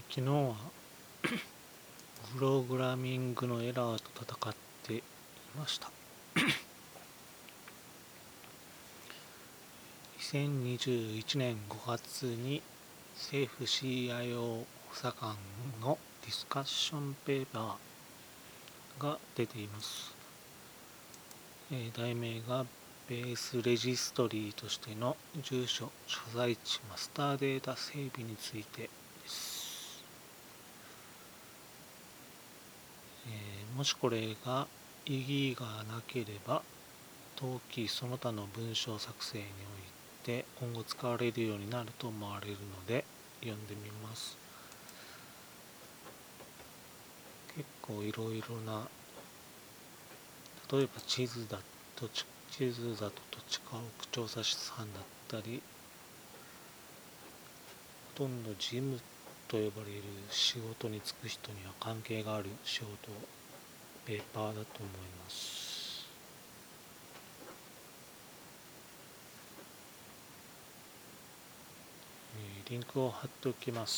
昨日はプログラミングのエラーと戦っていました。2021年5月に政府 CIO 補佐官のディスカッションペーパーが出ています。題名がベースレジストリーとしての住所、所在地、マスターデータ整備についてです。もしこれが意義がなければ登記その他の文章作成において今後使われるようになると思われるので読んでみます。結構いろいろな、例えば地図だと土地家屋調査士さんだったり、ほとんど事務と呼ばれる仕事に就く人には関係がある仕事ペーパーだと思います。リンクを貼っておきます。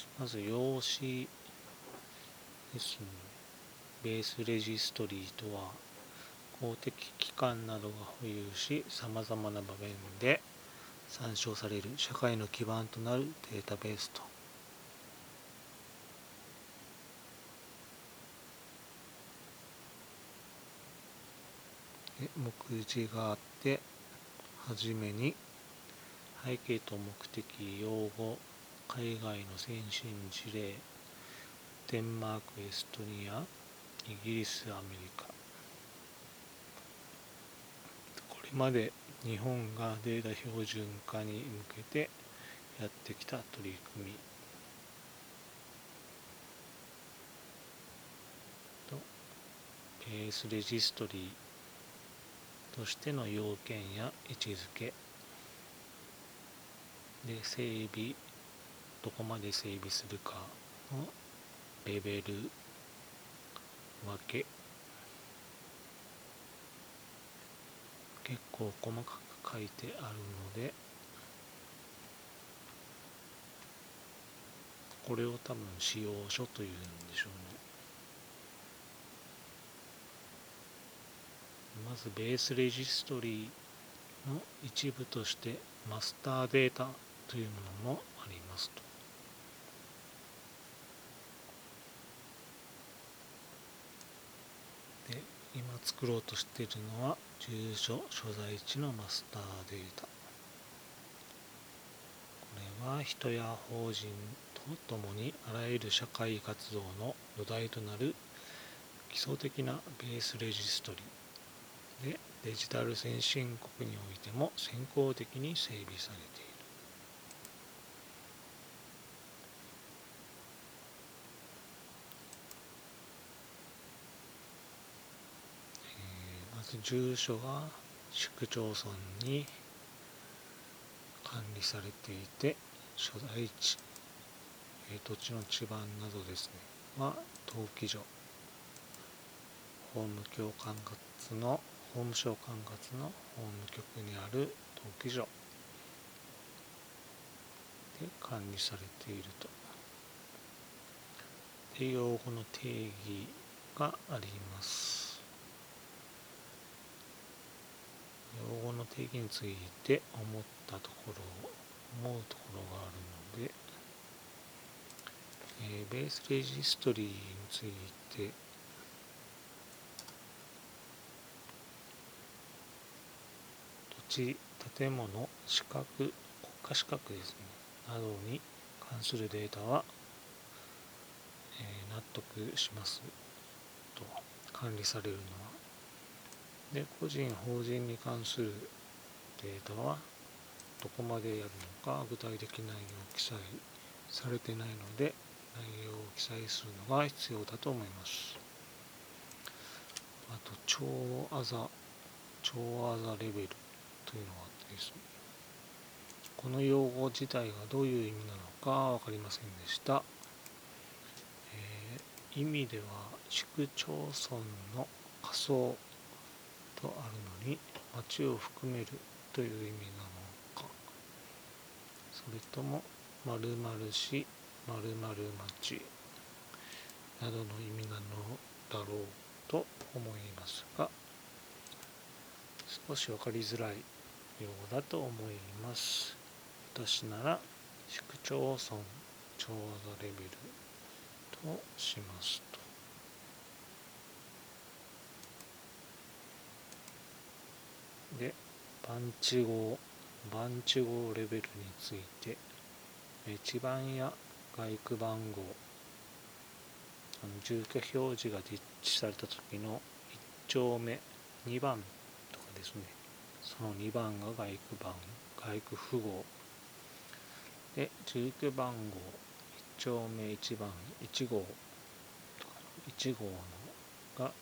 まず用紙ですね。ベースレジストリーとは公的機関などが保有し、さまざまな場面で参照される社会の基盤となるデータベースと。目次があって、はじめに背景と目的、用語、海外の先進事例、デンマーク、エストニア、イギリス、アメリカ。これまで日本がデータ標準化に向けてやってきた取り組みと、ベースレジストリーとしての要件や位置づけで整備、どこまで整備するかのレベル分け、結構細かく書いてあるので、これを多分使用書というんでしょうね。まずベースレジストリーの一部としてマスターデータというものもありますと。で、今作ろうとしているのは住所所在地のマスターデータ。これは人や法人とともにあらゆる社会活動の土台となる基礎的なベースレジストリーで、デジタル先進国においても先行的に整備されている。まず住所が市区町村に管理されていて、所在地、土地の地盤などですねは登記所、法務省管轄の法務局にある登記所で管理されていると。で、用語の定義があります。用語の定義について思うところがあるので、ベースレジストリーについて土地、建物、資格、国家資格ですねなどに関するデータは、納得しますと。管理されるのはで、個人法人に関するデータはどこまでやるのか具体的内容を記載されてないので、内容を記載するのが必要だと思います。あと超アザレベルというのがあってですね、この用語自体がどういう意味なのか分かりませんでした。意味では市区町村の仮想とあるのに町を含めるという意味なのか、それとも〇〇市 〇〇町などの意味なのだろうと思いますが、少し分かりづらいようだと思います。私なら市区町村調査レベルとしますと。で、番地号レベルについて、地番や外区番号、住居表示が実地された時の1丁目2番とかですね、その2番が外区符号で、住居番号1丁目1番1号とかの1号のが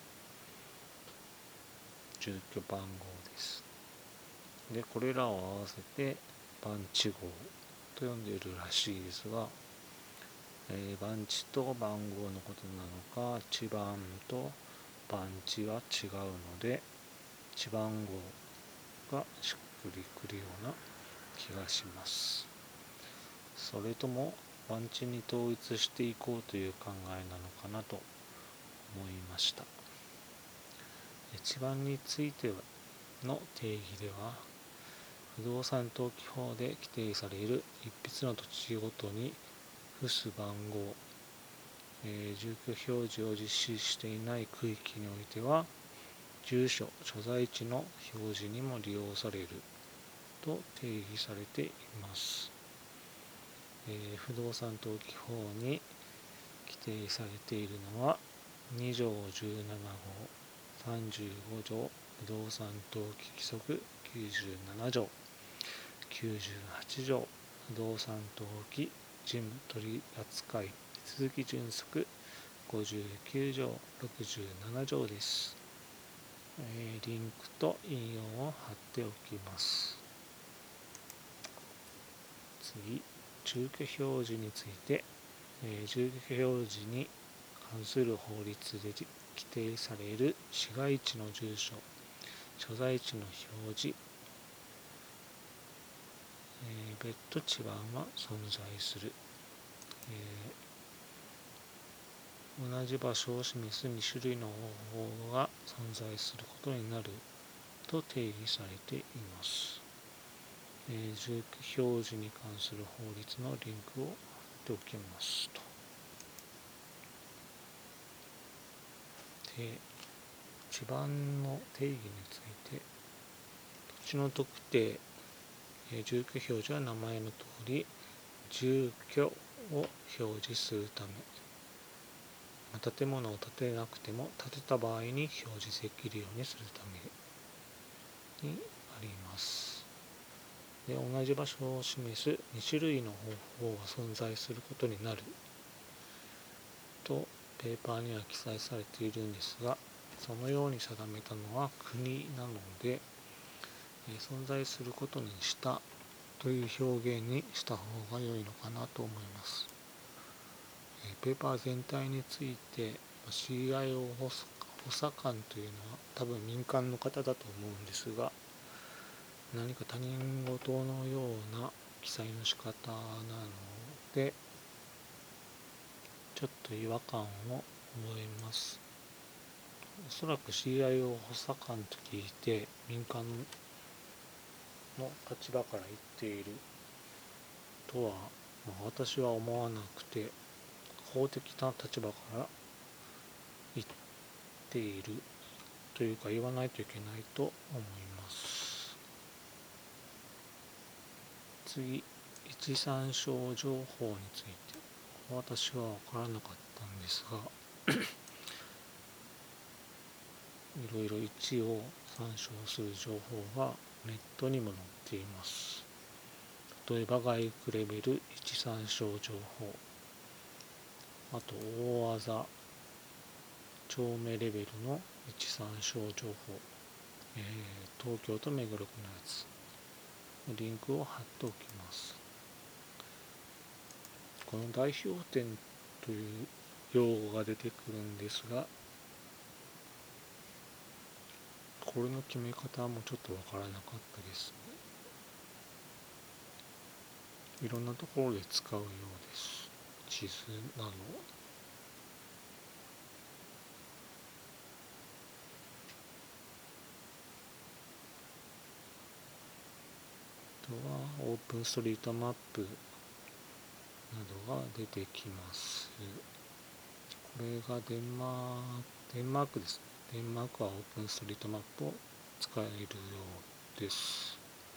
住居番号です。で、これらを合わせて番地号と呼んでいるらしいですが、番地と番号のことなのか、地番と番地は違うので、地番号がしっくりくるような気がします。それとも番地に統一していこうという考えなのかなと思いました。地番についての定義では、不動産登記法で規定される一筆の土地ごとに付す番号、住居表示を実施していない区域においては、住所・所在地の表示にも利用されると定義されています。不動産登記法に規定されているのは2条17号35条不動産登記規則97条98条不動産登記事務取扱手続準則59条67条です。リンクと引用を貼っておきます。次、住居表示について、住居表示に関する法律で規定される市街地の住所、所在地の表示、別途地番は存在する。同じ場所を示す2種類の方法が存在することになると定義されています。住居表示に関する法律のリンクを貼っておきますと。で、地番の定義について、土地の特定、住居表示は名前の通り住居を表示するため、建物を建てなくても建てた場合に表示できるようにするためにあります。で、同じ場所を示す2種類の方法が存在することになるとペーパーには記載されているんですが、そのように定めたのは国なので、存在することにしたという表現にした方が良いのかなと思います。ペーパー全体について CIO 補佐官というのは多分民間の方だと思うんですが、何か他人事のような記載の仕方なのでちょっと違和感を覚えます。おそらく CIO 補佐官と聞いて民間の立場から言っているとは、私は思わなくて、公的な立場から言っているというか言わないといけないと思います。次、一参照情報について、私は分からなかったんですがいろいろ位置を参照する情報がネットにも載っています。例えば外区レベル1参照情報、あと大技町名レベルの1参照情報、東京と目黒区のやつ、リンクを貼っておきます。この代表点という用語が出てくるんですが、これの決め方もちょっとわからなかったですね。いろんなところで使うようです。 地図など、あとはオープンストリートマップなどが出てきます。これがデンマークですね。デンマークはオープンストリートマップを使えるようです。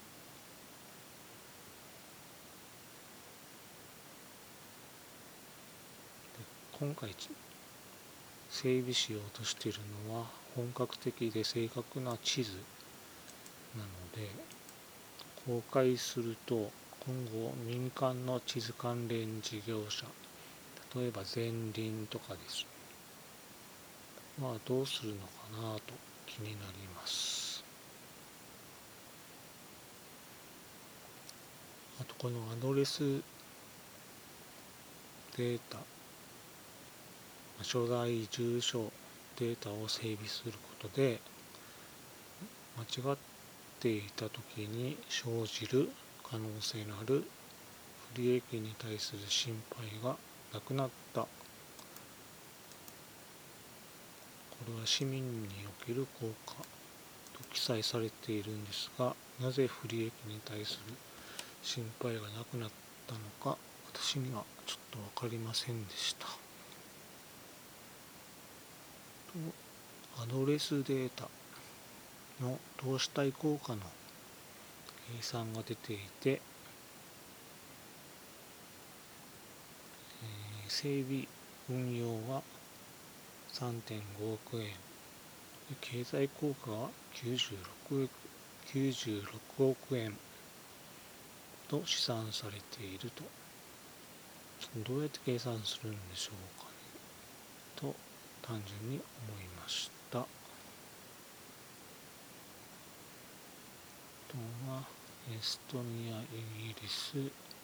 今回整備しようとしているのは本格的で正確な地図なので、公開すると今後民間の地図関連事業者、例えばゼンリンとかですね、どうするのかなと気になります。あとこのアドレスデータ、所在住所データを整備することで、間違っていた時に生じる可能性のある不利益に対する心配がなくなった。これは市民における効果と記載されているんですが、なぜ不利益に対する心配がなくなったのか、私にはちょっと分かりませんでした。アドレスデータの投資対効果の計算が出ていて、整備運用は 3.5 億円、経済効果は96億円と試算されていると。どうやって計算するんでしょうかねと単純に思いました。あとはエストニア、イギリス、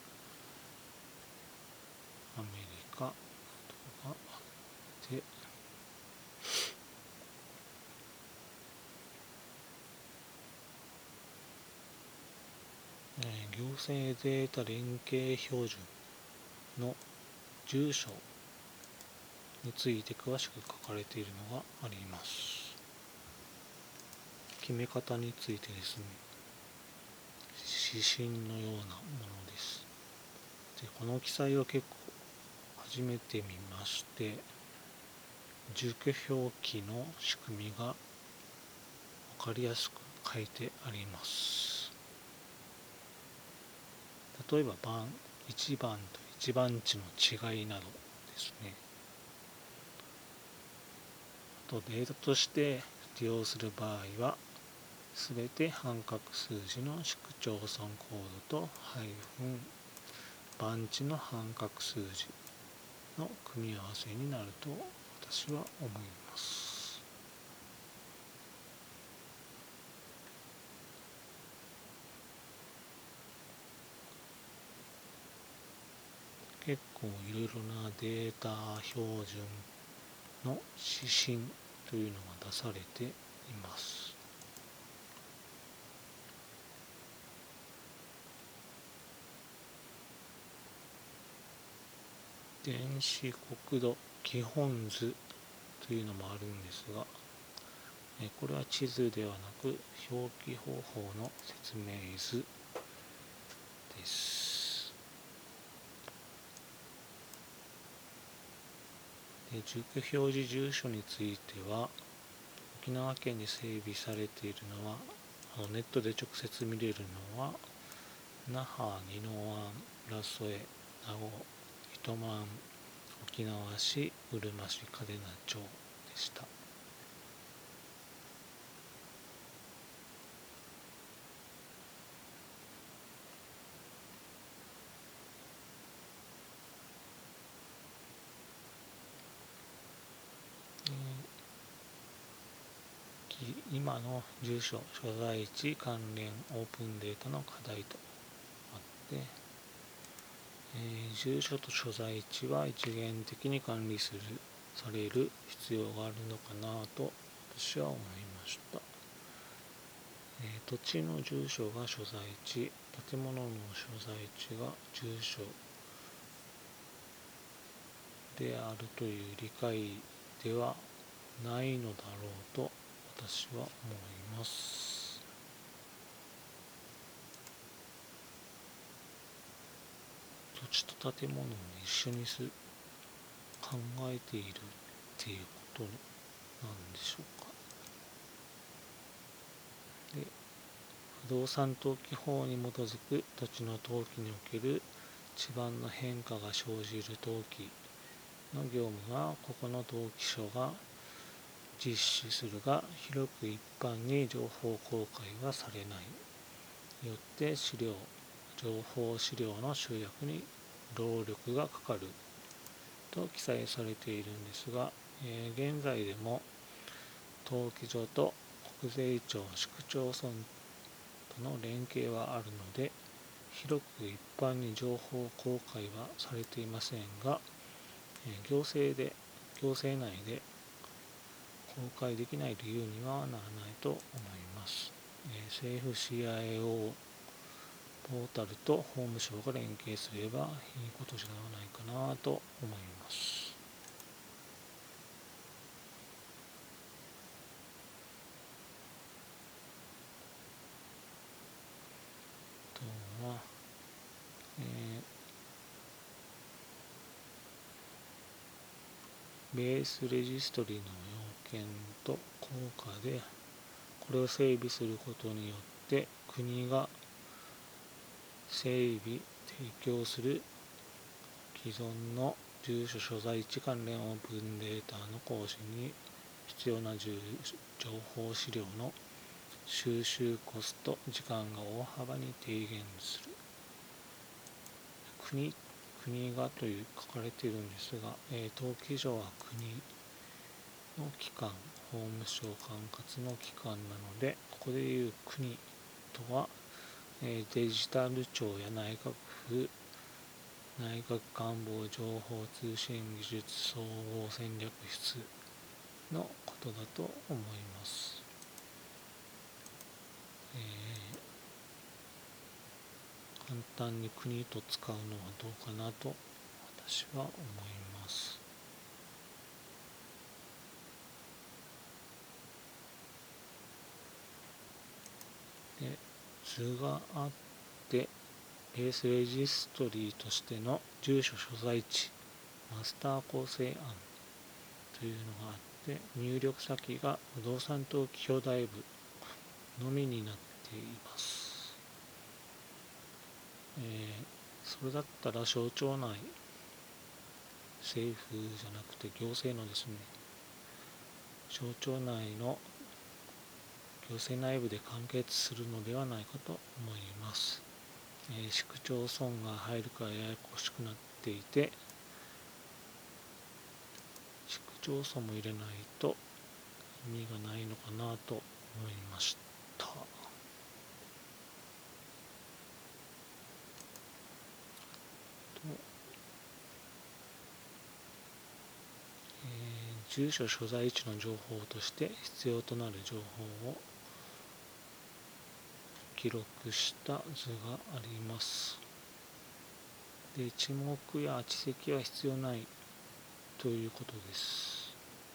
アメリカとかあって、行政データ連携標準の住所について詳しく書かれているのがあります。決め方についてですね、指針のようなものです。で、この記載は結構初めて見まして、住居表記の仕組みが分かりやすく書いてあります。例えば1番と1番地の違いなどですね。あとデータとして利用する場合は、すべて半角数字の市区町村コードと番地の半角数字の組み合わせになると私は思います。結構いろいろなデータ標準の指針というのが出されています。電子国土基本図というのもあるんですが、これは地図ではなく表記方法の説明図です。で、住居表示住所については、沖縄県に整備されているのは、ネットで直接見れるのは那覇、宜野湾、浦添、名護、糸満、沖縄市、うるま市、嘉手納町でした。今の住所、所在地関連オープンデータの課題とあって、住所と所在地は一元的に管理される必要があるのかなと私は思いました。土地の住所が所在地、建物の所在地が住所であるという理解ではないのだろうと私は思います。土地と建物を一緒に考えているっていうことなんでしょうか。で、不動産登記法に基づく土地の登記における地盤の変化が生じる登記の業務はここの登記書が実施するが、広く一般に情報公開はされない。よって情報資料の集約に労力がかかると記載されているんですが、現在でも登記所と国税庁、市区町村との連携はあるので、広く一般に情報公開はされていませんが、行政内で公開できない理由にはならないと思います。政府 CIO ポータルと法務省が連携すればいいことじゃないかなと思います。あとは、ベースレジストリの要件と効果で、これを整備することによって国が提供する既存の住所所在地関連オープンデータの更新に必要な情報資料の収集コスト、時間が大幅に低減する。国がという書かれているんですが、登記所は国の機関、法務省管轄の機関なので、ここでいう国とは、デジタル庁や内閣府、内閣官房情報通信技術総合戦略室のことだと思います。簡単に国と使うのはどうかなと私は思います。で、図があって、ベースレジストリーとしての住所所在地マスター構成案というのがあって、入力先が不動産登記表題部のみになっています。それだったら省庁内、政府じゃなくて行政のですね、省庁内の行政内部で完結するのではないかと思います。市区町村が入るからややこしくなっていて、市区町村も入れないと意味がないのかなと思いました。住所所在地の情報として必要となる情報を記録した図があります。で、地目や地籍は必要ないということです。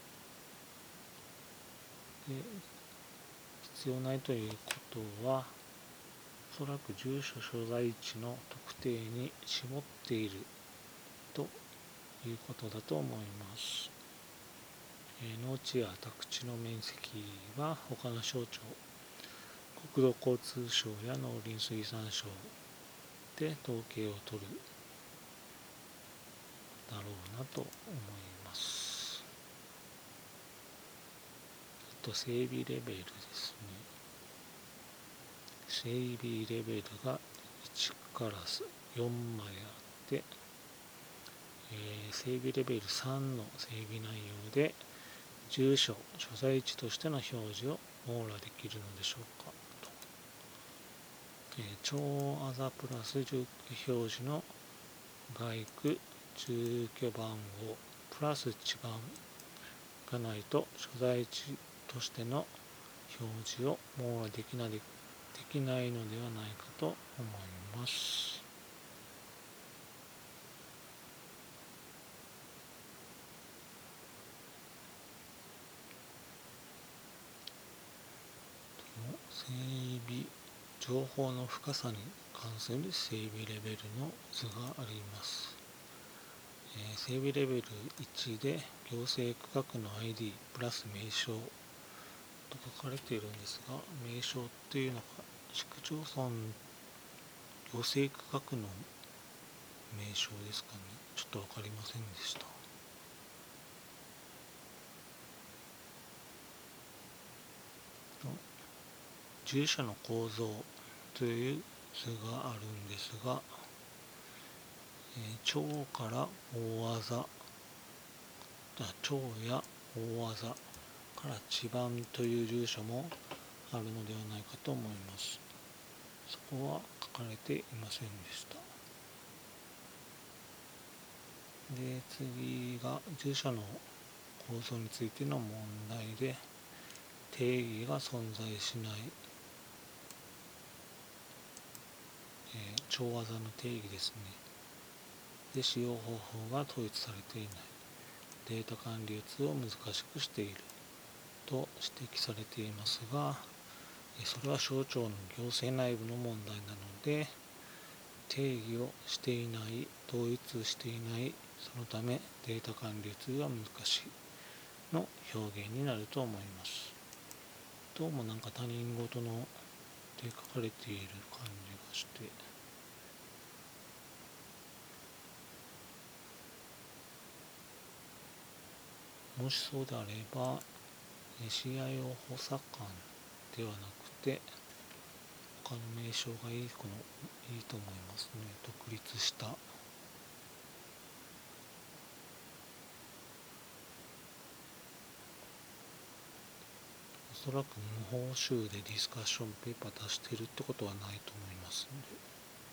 で、必要ないということは、おそらく住所所在地の特定に絞っているということだと思います。農地や宅地の面積は他の省庁、国土交通省や農林水産省で統計を取るだろうなと思います。あと整備レベルですね。整備レベルが1から4まであって、整備レベル3の整備内容で住所、所在地としての表示を網羅できるのでしょうかと。超あざプラス住居表示の外区住居番号プラス地番がないと所在地としての表示を網羅できないのではないかと思います。 備情報の深さに関する整備レベルの図があります。整備レベル1で行政区画の ID プラス名称と書かれているんですが、名称っていうのが市区町村行政区画の名称ですかね。ちょっと分かりませんでした。住所の構造という図があるんですが、町から大字、町や大字から地番という住所もあるのではないかと思います。そこは書かれていませんでした。で、次が住所の構造についての問題で、定義が存在しない、超技の定義ですね。で、使用方法が統一されていない、データ管理流通を難しくしていると指摘されていますが、それは省庁の行政内部の問題なので、定義をしていない、統一していない、そのためデータ管理流通が難しいの表現になると思います。どうもなんか他人事ので書かれている感じがして、もしそうであれば CIO 補佐官ではなくて他の名称がいいと思いますね。独立したおそらく無報酬でディスカッションペーパー出してるってことはないと思いますので、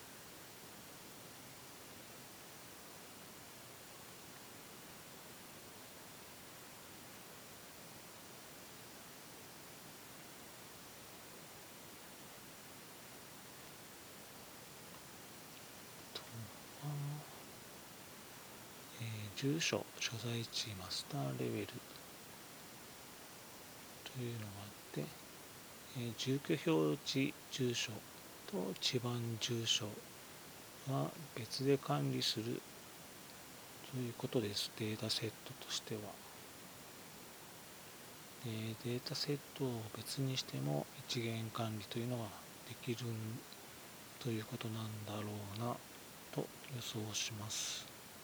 住所所在地マスターレベルというのがあって、住居表示住所と地番住所は別で管理するということです。データセットとしては。データセットを別にしても一元管理というのができるということなんだろうなと予想します。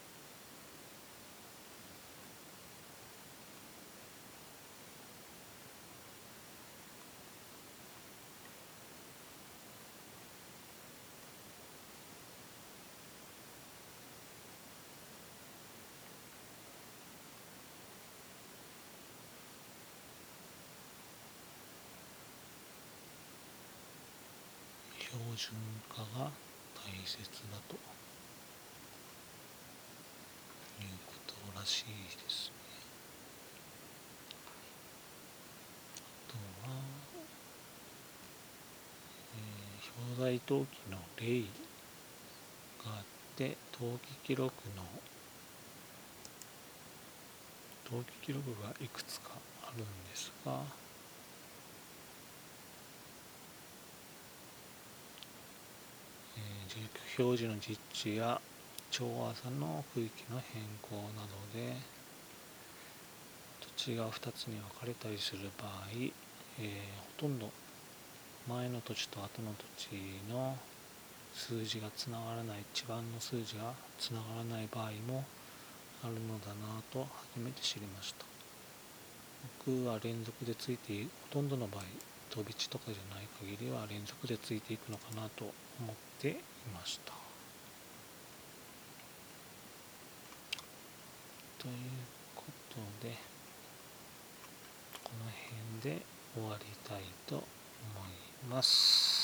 標準化が大切だということらしいですね。あとは、表題登記の例があって、登記記録がいくつかあるんですが、住居表示の実地や町朝の区域の変更などで土地が2つに分かれたりする場合、ほとんど前の土地と後の土地の数字がつながらない、地番の数字がつながらない場合もあるのだなと初めて知りました。僕は連続でついてほとんどの場合、飛び地とかじゃない限りは連続でついていくのかなと思っていました。ということで、この辺で終わりたいと思います。